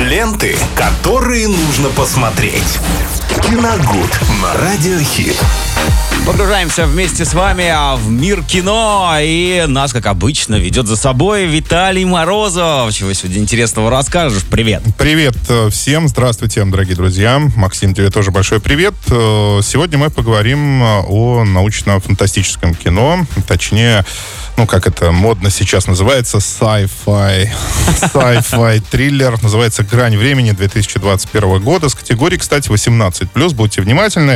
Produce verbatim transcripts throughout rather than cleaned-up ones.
Ленты, которые нужно посмотреть. Киногуд на Радиохит. Погружаемся вместе с вами в мир кино. И нас, как обычно, ведет за собой Виталий Морозов. Чего сегодня интересного расскажешь? Привет. Привет всем. Здравствуйте, дорогие друзья. Максим, тебе тоже большой привет. Сегодня мы поговорим о научно-фантастическом кино. Точнее, ну, как это модно сейчас называется, sci-fi. Sci-fi триллер. Называется «Грань времени» две тысячи двадцать первого года. С категорией, кстати, восемнадцать плюс. Будьте внимательны.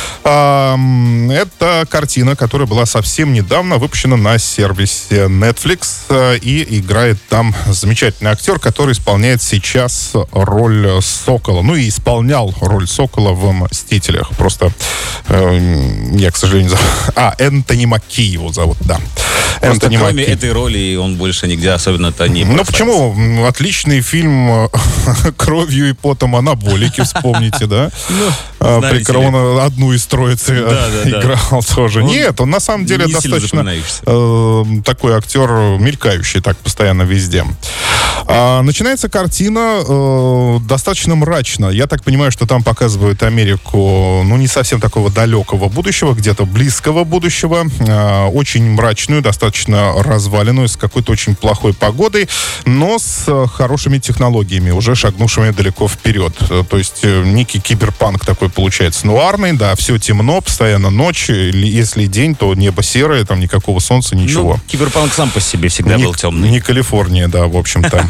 Это картина, которая была совсем недавно выпущена на сервисе Netflix. И играет там замечательный актер, который исполняет сейчас роль Сокола. Ну, и исполнял роль Сокола в «Мстителях». Просто э, я, к сожалению, зовут... А, Энтони Маккей его зовут, да. Просто Энтони кроме Маккей. Этой роли он больше нигде особенно-то не Ну почему? Отличный фильм «Кровью и потом анаболики», вспомните, да? При котором он одну из троицы играл тоже. Нет, он на самом деле достаточно такой актер мелькающий так постоянно везде. Начинается картина достаточно мрачно. Я так понимаю, что там показывают Америку, ну, не совсем такого далекого будущего, где-то близкого будущего. Очень мрачную, достаточно разваленную, с какой-то очень плохой погодой, но с хорошими технологиями, уже шагнувшими далеко вперед. То есть некий киберпанк такой получается нуарный, да, все темно, постоянно ночь, если день, то небо серое, там никакого солнца, ничего. Ну, киберпанк сам по себе всегда не, был темный. Не Калифорния, да, в общем-то.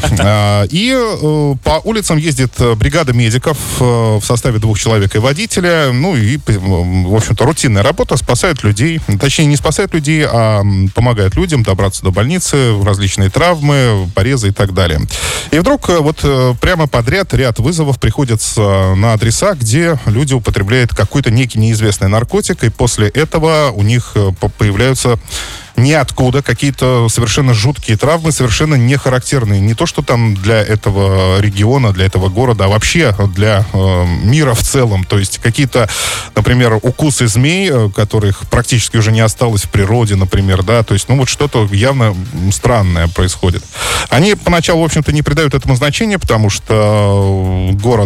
И по улицам ездит бригада медиков в составе двух человек и водителя, ну и, в общем-то, рутинная работа, спасают людей, точнее, не спасают людей, а помогают людям добраться до больницы, различные травмы, порезы и так далее. И вдруг вот прямо подряд ряд вызовов приходится на адреса, где люди употребляют какой-то некий неизвестный наркотик, и после этого у них появляются ниоткуда какие-то совершенно жуткие травмы, совершенно не характерные. Не то, что там для этого региона, для этого города, а вообще для э, мира в целом. То есть какие-то, например, укусы змей, которых практически уже не осталось в природе, например, да, то есть, ну вот что-то явно странное происходит. Они поначалу, в общем-то, не придают этому значения, потому что город,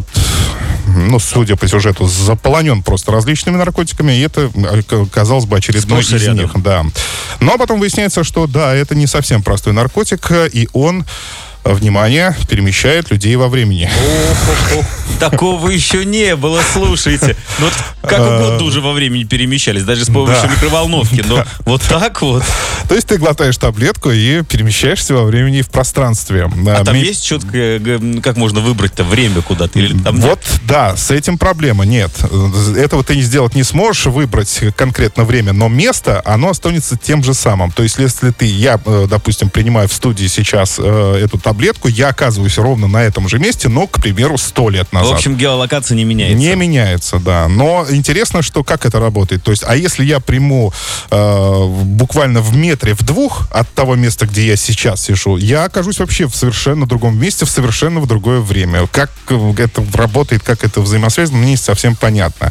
ну, судя по сюжету, заполонен просто различными наркотиками, и это, казалось бы, очередной из рядом. них. Да. Но потом выясняется, что да, это не совсем простой наркотик, и он, внимание, перемещает людей во времени. О-хо-хо. Такого еще не было, слушайте. Ну, вот как угодно уже во времени перемещались, даже с помощью да. микроволновки. Но да. вот так вот. То есть ты глотаешь таблетку и перемещаешься во времени и в пространстве. А там Ми... есть четко, как можно выбрать-то время куда-то? Или там вот, нет? Да, с этим проблема нет. Этого ты не сделать не сможешь, выбрать конкретно время, но место, оно останется тем же самым. То есть если ты, я, допустим, принимаю в студии сейчас эту таблетку, я оказываюсь ровно на этом же месте, но, к примеру, сто лет назад. В общем, геолокация не меняется. Не меняется, да. Но интересно, что как это работает. То есть, а если я приму э, буквально в метре, в двух от того места, где я сейчас сижу, я окажусь вообще в совершенно другом месте, в совершенно в другое время. Как это работает, как это взаимосвязано, мне не совсем понятно.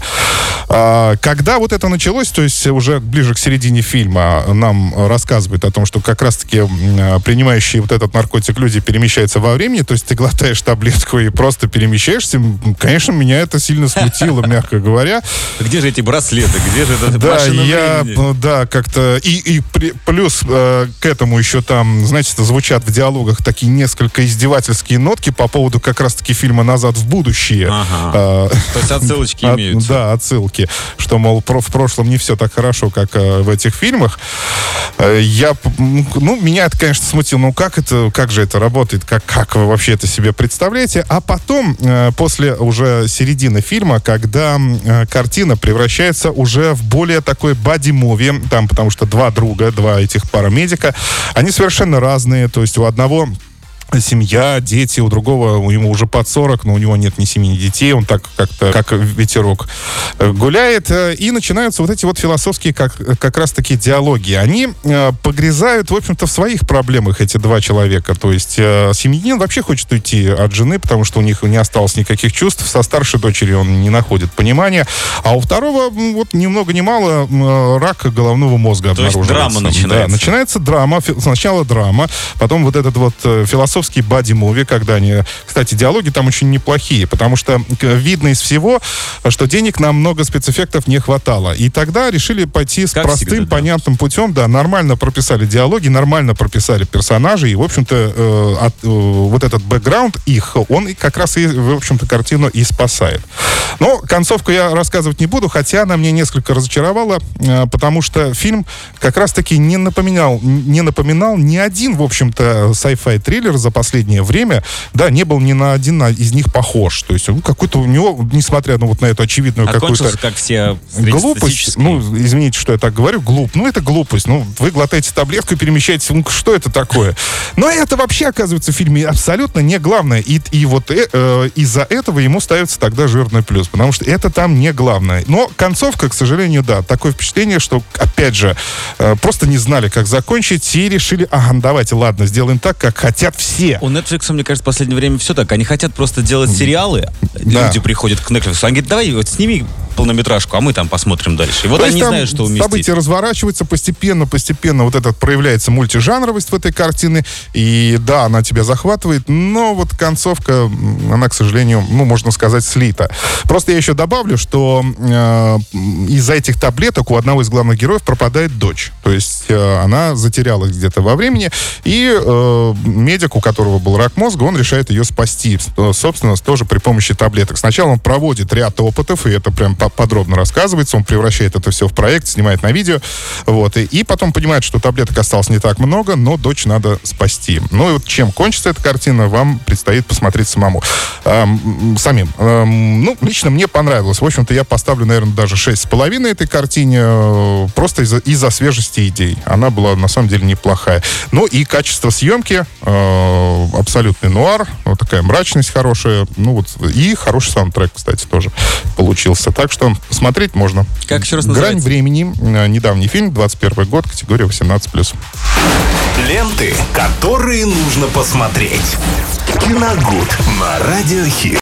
А, когда вот это началось, то есть уже ближе к середине фильма нам рассказывают о том, что как раз-таки принимающие вот этот наркотик люди перемещаются во времени, то есть ты глотаешь таблетку и просто перемещаешься, конечно, меня это сильно смутило, мягко говоря. Где же эти браслеты? Где же эта да, машина я, времени? Да, как-то... И, и плюс э, к этому еще там, знаете, звучат в диалогах такие несколько издевательские нотки по поводу как раз-таки фильма «Назад в будущее». Ага. Э, то есть отсылочки от, имеются. Да, отсылки. Что, мол, про, в прошлом не все так хорошо, как э, в этих фильмах. Э, я... Ну, меня это, конечно, смутило. Ну, как это... Как же это работает? Как, как вы вообще это себе представляете? А потом, э, после уже середины фильма, когда э, картина превращается уже в более такой бади-муви, там, потому что два друга, два этих парамедика, они совершенно разные, то есть у одного семья, дети, у другого, ему уже под сорок, но у него нет ни семьи, ни детей, он так как-то, как ветерок, гуляет, и начинаются вот эти вот философские как, как раз-таки диалоги. Они э, погрязают, в общем-то, в своих проблемах, эти два человека. То есть э, семьянин вообще хочет уйти от жены, потому что у них не осталось никаких чувств, со старшей дочерью он не находит понимания, а у второго, вот, ни много ни мало, э, рак головного мозга обнаруживается. То есть драма начинается. Да, начинается драма, сначала драма, потом вот этот вот философский отцовский бади-муви, когда они... Кстати, диалоги там очень неплохие, потому что видно из всего, что денег на много спецэффектов не хватало. И тогда решили пойти с как простым, всегда, да. понятным путем. Да, нормально прописали диалоги, нормально прописали персонажей. И, в общем-то, э, от, э, вот этот бэкграунд их, он как раз и, в общем-то, картину и спасает. Но концовку я рассказывать не буду, хотя она мне несколько разочаровала, э, потому что фильм как раз-таки не напоминал, не напоминал ни один, в общем-то, sci-fi триллер за последнее время, да, не был ни на один из них похож. То есть, ну, какой-то у него, несмотря ну, вот на эту очевидную какую-то как все глупость, ну, извините, что я так говорю, глуп, ну, это глупость, ну, вы глотаете таблетку и перемещаетесь, ну, что это такое? Но это вообще, оказывается, в фильме абсолютно не главное, и, и вот э, э, из-за этого ему ставится тогда жирный плюс, потому что это там не главное. Но концовка, к сожалению, да, такое впечатление, что, опять же, э, просто не знали, как закончить, и решили, ага, давайте, ладно, сделаем так, как хотят все. У Netflix, мне кажется, в последнее время все так. Они хотят просто делать сериалы. Да. Люди приходят к Netflix. Они говорят, давай вот сними полнометражку, а мы там посмотрим дальше. И вот То они не там знают, что уместить. События разворачиваются постепенно, постепенно. Вот этот проявляется мультижанровость в этой картине. И да, она тебя захватывает, но вот концовка, она, к сожалению, ну, можно сказать, слита. Просто я еще добавлю, что э, из-за этих таблеток у одного из главных героев пропадает дочь. То есть э, она затерялась где-то во времени, и э, медик, у которого был рак мозга, он решает ее спасти. Собственно, тоже при помощи таблеток. Сначала он проводит ряд опытов, и это прям подробно рассказывается, он превращает это все в проект, снимает на видео, вот, и, и потом понимает, что таблеток осталось не так много, но дочь надо спасти. Ну и вот чем кончится эта картина, вам предстоит посмотреть самому. Эм, самим. Эм, ну, лично мне понравилось. В общем-то, я поставлю, наверное, даже шесть с половиной этой картине, э, просто из-за, из-за свежести идей. Она была, на самом деле, неплохая. Ну и качество съемки, э, абсолютный нуар, вот такая мрачность хорошая, ну вот, и хороший саундтрек, кстати, тоже получился. Так что смотреть можно. Как еще раз «Грань называется? времени». Недавний фильм, двадцать первый год, категория восемнадцать плюс. Ленты, которые нужно посмотреть. Киногуд на Радио Хит.